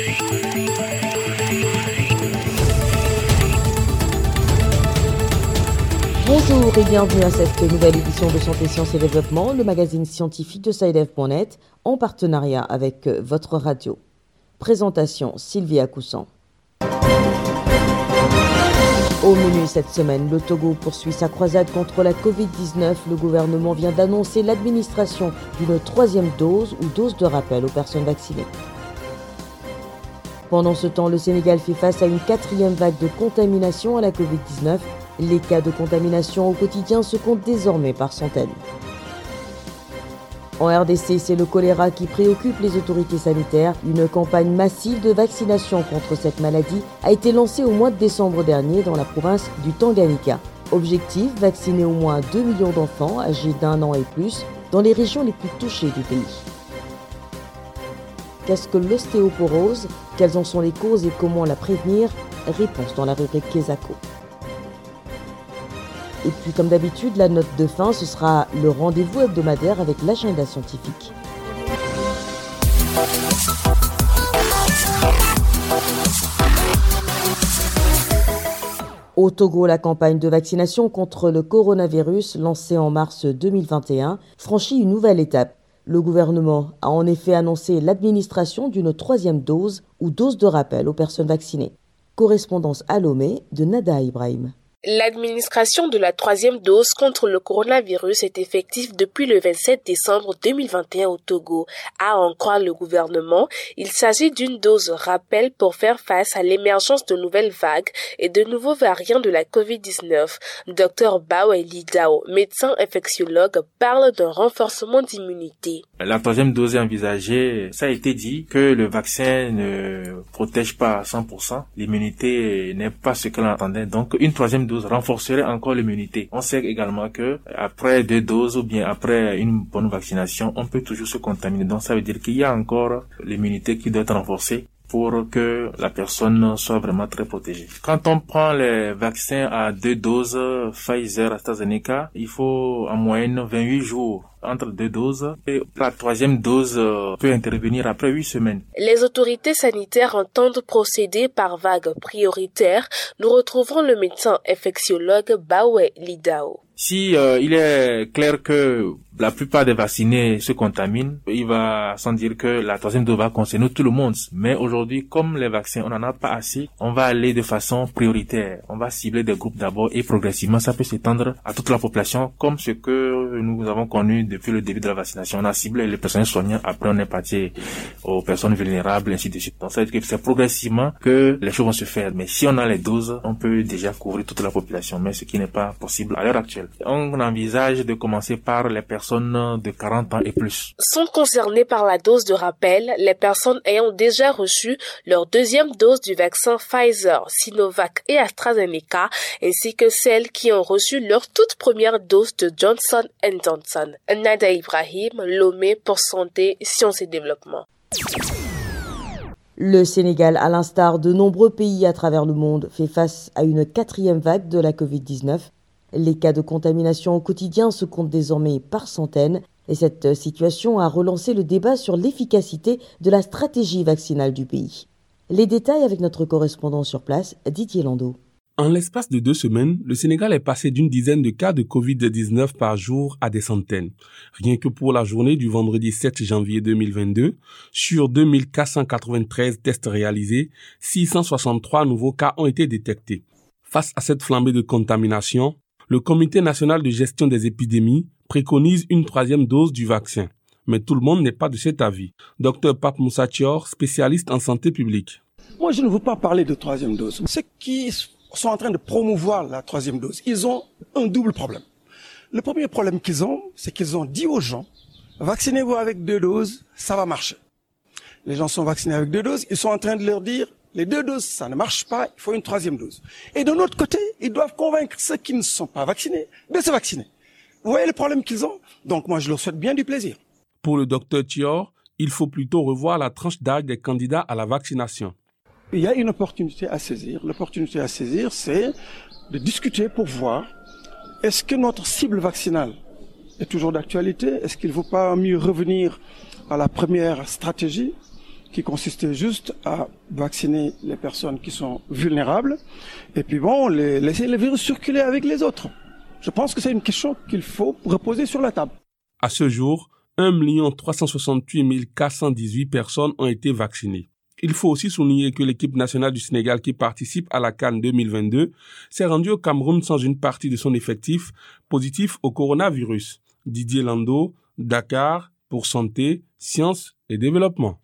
Bonjour et bienvenue à cette nouvelle édition de Santé, Sciences et Développement, le magazine scientifique de SciDev.net, en partenariat avec votre radio. Présentation Sylvia Coussan. Au menu cette semaine, le Togo poursuit sa croisade contre la Covid-19. Le gouvernement vient d'annoncer l'administration d'une 3e dose ou dose de rappel aux personnes vaccinées. Pendant ce temps, le Sénégal fait face à une 4e vague de contamination à la Covid-19. Les cas de contamination au quotidien se comptent désormais par centaines. En RDC, c'est le choléra qui préoccupe les autorités sanitaires. Une campagne massive de vaccination contre cette maladie a été lancée au mois de décembre dernier dans la province du Tanganyika. Objectif, vacciner au moins 2 millions d'enfants âgés d'1 an et plus dans les régions les plus touchées du pays. Qu'est-ce que l'ostéoporose? Quelles en sont les causes et comment la prévenir? Réponse dans la rubrique Kesako. Et puis, comme d'habitude, la note de fin, ce sera le rendez-vous hebdomadaire avec l'agenda scientifique. Au Togo, la campagne de vaccination contre le coronavirus, lancée en mars 2021, franchit une nouvelle étape. Le gouvernement a en effet annoncé l'administration d'une 3e dose ou dose de rappel aux personnes vaccinées. Correspondance à Lomé de Nada Ibrahim. L'administration de la 3e dose contre le coronavirus est effective depuis le 27 décembre 2021 au Togo. À en croire le gouvernement, il s'agit d'une dose rappel pour faire face à l'émergence de nouvelles vagues et de nouveaux variants de la Covid-19. Dr Bawe Lidao, médecin infectiologue, parle d'un renforcement d'immunité. La 3e dose est envisagée. Ça a été dit que le vaccin ne protège pas à 100%. L'immunité n'est pas ce que l'on attendait. Donc, une 3e dose renforcerait encore l'immunité. On sait également que après 2 doses ou bien après une bonne vaccination, on peut toujours se contaminer. Donc ça veut dire qu'il y a encore l'immunité qui doit être renforcée pour que la personne soit vraiment très protégée. Quand on prend les vaccins à 2 doses, Pfizer, AstraZeneca, il faut en moyenne 28 jours entre 2 doses et la 3e dose peut intervenir après 8 semaines. Les autorités sanitaires entendent procéder par vague prioritaire. Nous retrouvons le médecin infectiologue Bawe Lidao. Si il est clair que la plupart des vaccinés se contaminent, il va sans dire que la 3e dose va concerner tout le monde. Mais aujourd'hui, comme les vaccins, on n'en a pas assez, on va aller de façon prioritaire. On va cibler des groupes d'abord et progressivement, ça peut s'étendre à toute la population comme ce que nous avons connu depuis le début de la vaccination. On a ciblé les personnels soignants, après on est parti aux personnes vulnérables, ainsi de suite. Donc ça veut dire que c'est progressivement que les choses vont se faire. Mais si on a les doses, on peut déjà couvrir toute la population, mais ce qui n'est pas possible à l'heure actuelle. On envisage de commencer par les personnes de 40 ans et plus. Sont concernées par la dose de rappel les personnes ayant déjà reçu leur 2e dose du vaccin Pfizer, Sinovac et AstraZeneca, ainsi que celles qui ont reçu leur toute première dose de Johnson & Johnson. Nada Ibrahim, Lomé pour Santé, Sciences et Développement. Le Sénégal, à l'instar de nombreux pays à travers le monde, fait face à une 4e vague de la Covid-19. Les cas de contamination au quotidien se comptent désormais par centaines et cette situation a relancé le débat sur l'efficacité de la stratégie vaccinale du pays. Les détails avec notre correspondant sur place, Didier Landau. En l'espace de 2 semaines, le Sénégal est passé d'une dizaine de cas de Covid-19 par jour à des centaines. Rien que pour la journée du vendredi 7 janvier 2022, sur 2493 tests réalisés, 663 nouveaux cas ont été détectés. Face à cette flambée de contamination, le Comité national de gestion des épidémies préconise une 3e dose du vaccin. Mais tout le monde n'est pas de cet avis. Dr Pape Moussa Thior, spécialiste en santé publique. Moi, je ne veux pas parler de 3e dose. Ceux qui sont en train de promouvoir la 3e dose, ils ont un double problème. Le premier problème qu'ils ont, c'est qu'ils ont dit aux gens, vaccinez-vous avec 2 doses, ça va marcher. Les gens sont vaccinés avec 2 doses, ils sont en train de leur dire, les 2 doses, ça ne marche pas, il faut une 3e dose. Et de l'autre côté, ils doivent convaincre ceux qui ne sont pas vaccinés de se vacciner. Vous voyez le problème qu'ils ont? Donc moi, je leur souhaite bien du plaisir. Pour le docteur Thior, il faut plutôt revoir la tranche d'âge des candidats à la vaccination. Il y a une opportunité à saisir. L'opportunité à saisir, c'est de discuter pour voir est-ce que notre cible vaccinale est toujours d'actualité? Est-ce qu'il ne vaut pas mieux revenir à la première stratégie qui consistait juste à vacciner les personnes qui sont vulnérables et puis laisser le virus circuler avec les autres. Je pense que c'est une question qu'il faut reposer sur la table. À ce jour, 1 368 418 personnes ont été vaccinées. Il faut aussi souligner que l'équipe nationale du Sénégal qui participe à la CAN 2022 s'est rendue au Cameroun sans une partie de son effectif positif au coronavirus. Didier Lando, Dakar, pour Santé, Sciences et Développement.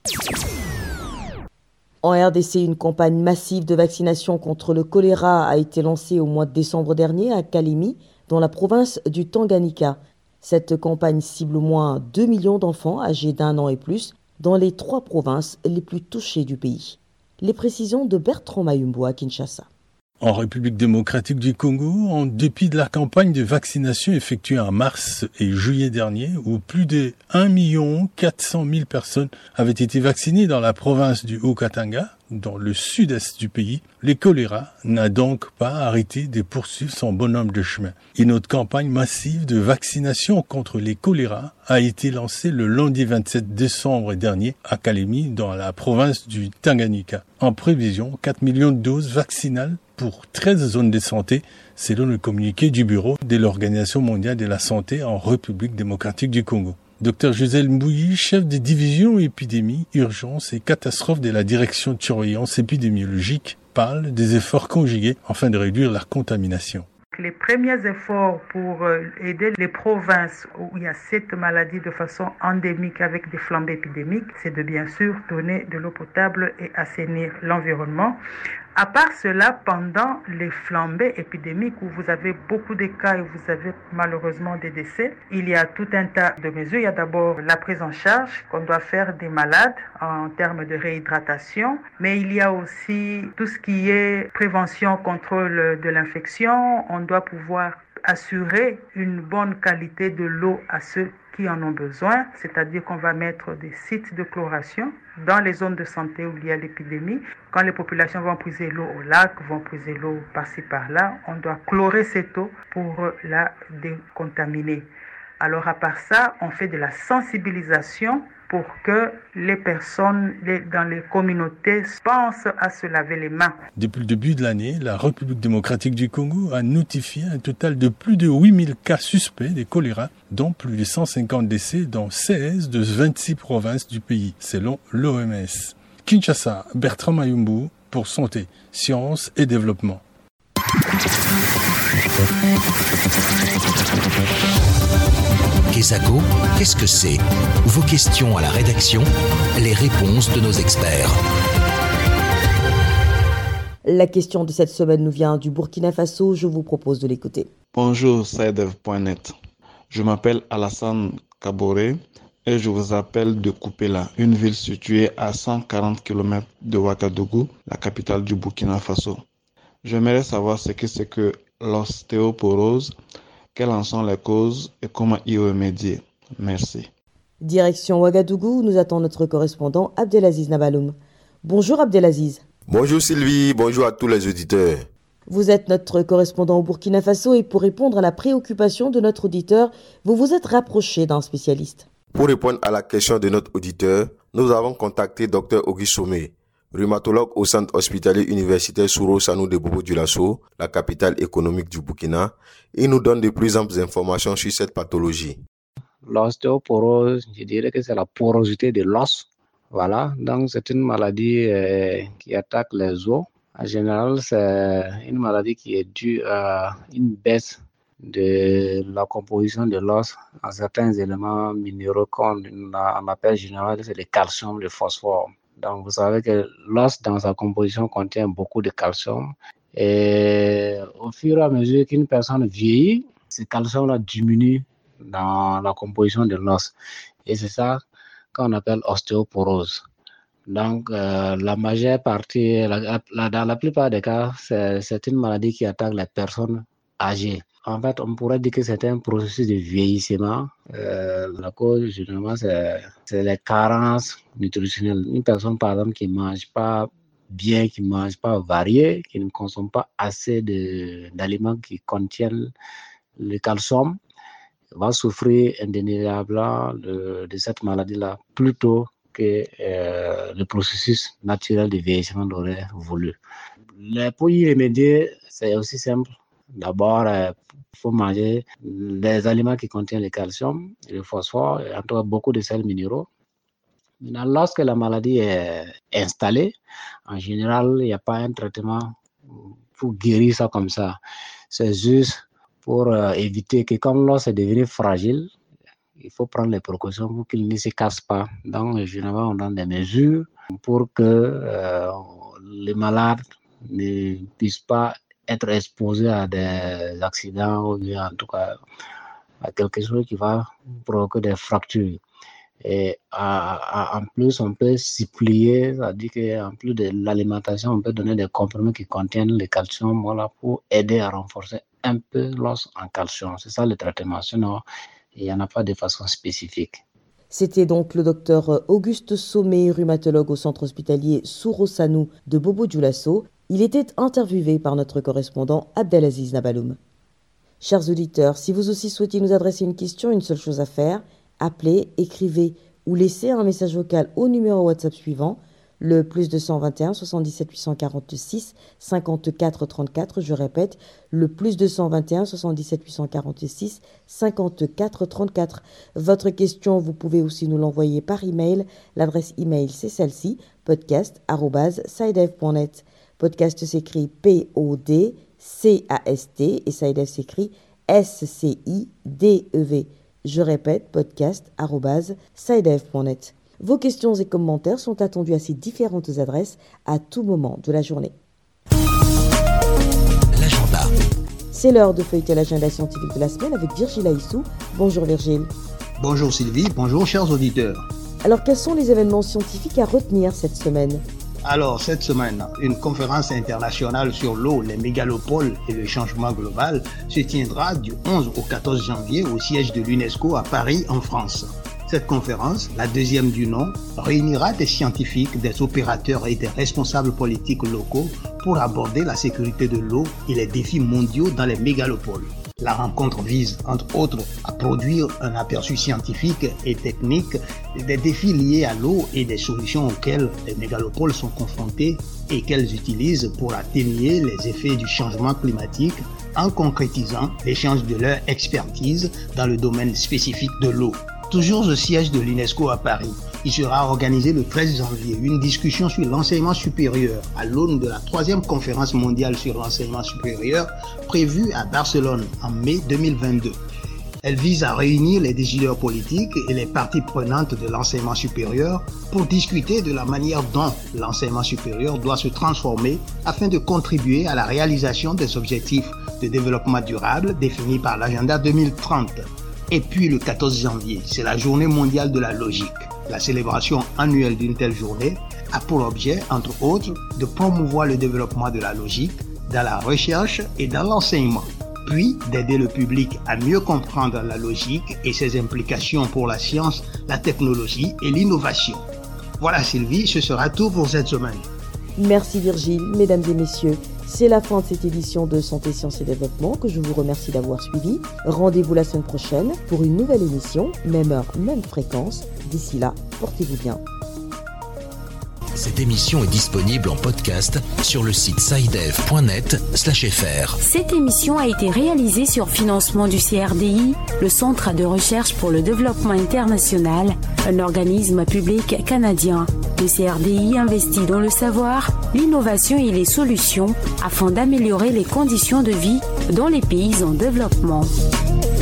En RDC, une campagne massive de vaccination contre le choléra a été lancée au mois de décembre dernier à Kalemi, dans la province du Tanganyika. Cette campagne cible au moins 2 millions d'enfants âgés d'1 an et plus dans les 3 provinces les plus touchées du pays. Les précisions de Bertrand Mayumbo à Kinshasa. En République démocratique du Congo, en dépit de la campagne de vaccination effectuée en mars et juillet dernier, où plus de 1 400 000 personnes avaient été vaccinées dans la province du Haut-Katanga, dans le sud-est du pays, le choléra n'a donc pas arrêté de poursuivre son bonhomme de chemin. Une autre campagne massive de vaccination contre les choléras a été lancée le lundi 27 décembre dernier à Kalemi, dans la province du Tanganyika. En prévision, 4 millions de doses vaccinales pour 13 zones de santé, selon le communiqué du bureau de l'Organisation mondiale de la santé en République démocratique du Congo. Dr Gisèle Mbouyi, chef de division épidémie, urgence et catastrophe de la direction de surveillance épidémiologique, parle des efforts conjugués afin de réduire la contamination. Les premiers efforts pour aider les provinces où il y a cette maladie de façon endémique avec des flambées épidémiques, c'est de bien sûr donner de l'eau potable et assainir l'environnement. À part cela, pendant les flambées épidémiques où vous avez beaucoup de cas et vous avez malheureusement des décès, il y a tout un tas de mesures. Il y a d'abord la prise en charge qu'on doit faire des malades en termes de réhydratation, mais il y a aussi tout ce qui est prévention, contrôle de l'infection. On doit pouvoir assurer une bonne qualité de l'eau à ceux qui en ont besoin, c'est-à-dire qu'on va mettre des sites de chloration dans les zones de santé où il y a l'épidémie. Quand les populations vont puiser l'eau au lac, vont puiser l'eau par-ci par-là, on doit chlorer cette eau pour la décontaminer. Alors à part ça, on fait de la sensibilisation pour que les personnes dans les communautés pensent à se laver les mains. Depuis le début de l'année, la République démocratique du Congo a notifié un total de plus de 8000 cas suspects de choléra, dont plus de 150 décès dans 16 de 26 provinces du pays, selon l'OMS. Kinshasa, Bertrand Mayumbu pour Santé, Sciences et Développement. Kesako, qu'est-ce que c'est? Vos questions à la rédaction, les réponses de nos experts. La question de cette semaine nous vient du Burkina Faso, je vous propose de l'écouter. Bonjour, Saedev.net. Je m'appelle Alassane Kaboré et je vous appelle de Koupela, une ville située à 140 km de Ouagadougou, la capitale du Burkina Faso. J'aimerais savoir ce que c'est que l'ostéoporose, quelles en sont les causes et comment y remédier. Merci. Direction Ouagadougou, nous attend notre correspondant Abdelaziz Nabaloum. Bonjour Abdelaziz. Bonjour Sylvie, bonjour à tous les auditeurs. Vous êtes notre correspondant au Burkina Faso et pour répondre à la préoccupation de notre auditeur, vous vous êtes rapproché d'un spécialiste. Pour répondre à la question de notre auditeur, nous avons contacté Dr Auguste Somé, rhumatologue au centre hospitalier universitaire Souro Sanou de Bobo-Dioulasso, la capitale économique du Burkina. Il nous donne de plus amples informations sur cette pathologie. L'ostéoporose, je dirais que c'est la porosité de l'os. Voilà, donc c'est une maladie qui attaque les os. En général, c'est une maladie qui est due à une baisse de la composition de l'os en certains éléments minéraux qu'on appelle généralement c'est le calcium, le phosphore. Donc vous savez que l'os dans sa composition contient beaucoup de calcium et au fur et à mesure qu'une personne vieillit, ce calcium-là diminue dans la composition de l'os et c'est ça qu'on appelle ostéoporose. Donc, la majeure partie, dans la plupart des cas, c'est une maladie qui attaque les personnes âgées. En fait, on pourrait dire que c'est un processus de vieillissement. La cause, généralement, c'est les carences nutritionnelles. Une personne, par exemple, qui ne mange pas bien, qui ne mange pas varié, qui ne consomme pas assez d'aliments qui contiennent le calcium, va souffrir indéniablement de cette maladie-là plus tôt que le processus naturel de vieillissement aurait voulu. Pour y remédier, c'est aussi simple. D'abord, il faut manger des aliments qui contiennent le calcium, le phosphore, et en tout cas beaucoup de sels minéraux. Maintenant, lorsque la maladie est installée, en général, il n'y a pas un traitement pour guérir ça comme ça. C'est juste pour éviter que comme l'os est devenu fragile, il faut prendre les précautions pour qu'il ne se casse pas. Donc, généralement, on donne des mesures pour que les malades ne puissent pas être exposés à des accidents ou bien en tout cas à quelque chose qui va provoquer des fractures. Et en plus, on peut supplier, c'est-à-dire qu'en plus de l'alimentation, on peut donner des comprimés qui contiennent le calcium, voilà, pour aider à renforcer un peu l'os en calcium. C'est ça le traitement, sinon il n'y en a pas de façon spécifique. C'était donc le docteur Auguste Somé, rhumatologue au centre hospitalier Souro Sanou de Bobo-Dioulasso. Il était interviewé par notre correspondant Abdelaziz Nabaloum. Chers auditeurs, si vous aussi souhaitez nous adresser une question, une seule chose à faire, appelez, écrivez ou laissez un message vocal au numéro WhatsApp suivant, le +221 77 846 54 34, je répète, le +221 77 846 54 34. Votre question, vous pouvez aussi nous l'envoyer par email. L'adresse email, c'est celle-ci, podcast@sidev.net. Podcast s'écrit PODCAST et SciDev s'écrit SCIDEV. Je répète, podcast@sidev.net. Vos questions et commentaires sont attendus à ces différentes adresses à tout moment de la journée. L'agenda. C'est l'heure de feuilleter l'agenda scientifique de la semaine avec Virgile Aissou. Bonjour Virgile. Bonjour Sylvie, bonjour chers auditeurs. Alors quels sont les événements scientifiques à retenir cette semaine ? Alors cette semaine, une conférence internationale sur l'eau, les mégalopoles et le changement global se tiendra du 11 au 14 janvier au siège de l'UNESCO à Paris en France. Cette conférence, la deuxième du nom, réunira des scientifiques, des opérateurs et des responsables politiques locaux pour aborder la sécurité de l'eau et les défis mondiaux dans les mégalopoles. La rencontre vise, entre autres, à produire un aperçu scientifique et technique des défis liés à l'eau et des solutions auxquelles les mégalopoles sont confrontés et qu'elles utilisent pour atténuer les effets du changement climatique en concrétisant l'échange de leur expertise dans le domaine spécifique de l'eau. Toujours au siège de l'UNESCO à Paris, il sera organisé le 13 janvier une discussion sur l'enseignement supérieur à l'aune de la 3e conférence mondiale sur l'enseignement supérieur prévue à Barcelone en mai 2022. Elle vise à réunir les décideurs politiques et les parties prenantes de l'enseignement supérieur pour discuter de la manière dont l'enseignement supérieur doit se transformer afin de contribuer à la réalisation des objectifs de développement durable définis par l'agenda 2030. Et puis le 14 janvier, c'est la journée mondiale de la logique. La célébration annuelle d'une telle journée a pour objet, entre autres, de promouvoir le développement de la logique dans la recherche et dans l'enseignement, puis d'aider le public à mieux comprendre la logique et ses implications pour la science, la technologie et l'innovation. Voilà Sylvie, ce sera tout pour cette semaine. Merci Virgile, mesdames et messieurs. C'est la fin de cette édition de Santé, Sciences et Développement que je vous remercie d'avoir suivi. Rendez-vous la semaine prochaine pour une nouvelle émission, même heure, même fréquence. D'ici là, portez-vous bien. Cette émission est disponible en podcast sur le site sidev.net/fr. Cette émission a été réalisée sur financement du CRDI, le Centre de recherche pour le développement international, un organisme public canadien. Le CRDI investit dans le savoir, l'innovation et les solutions afin d'améliorer les conditions de vie dans les pays en développement.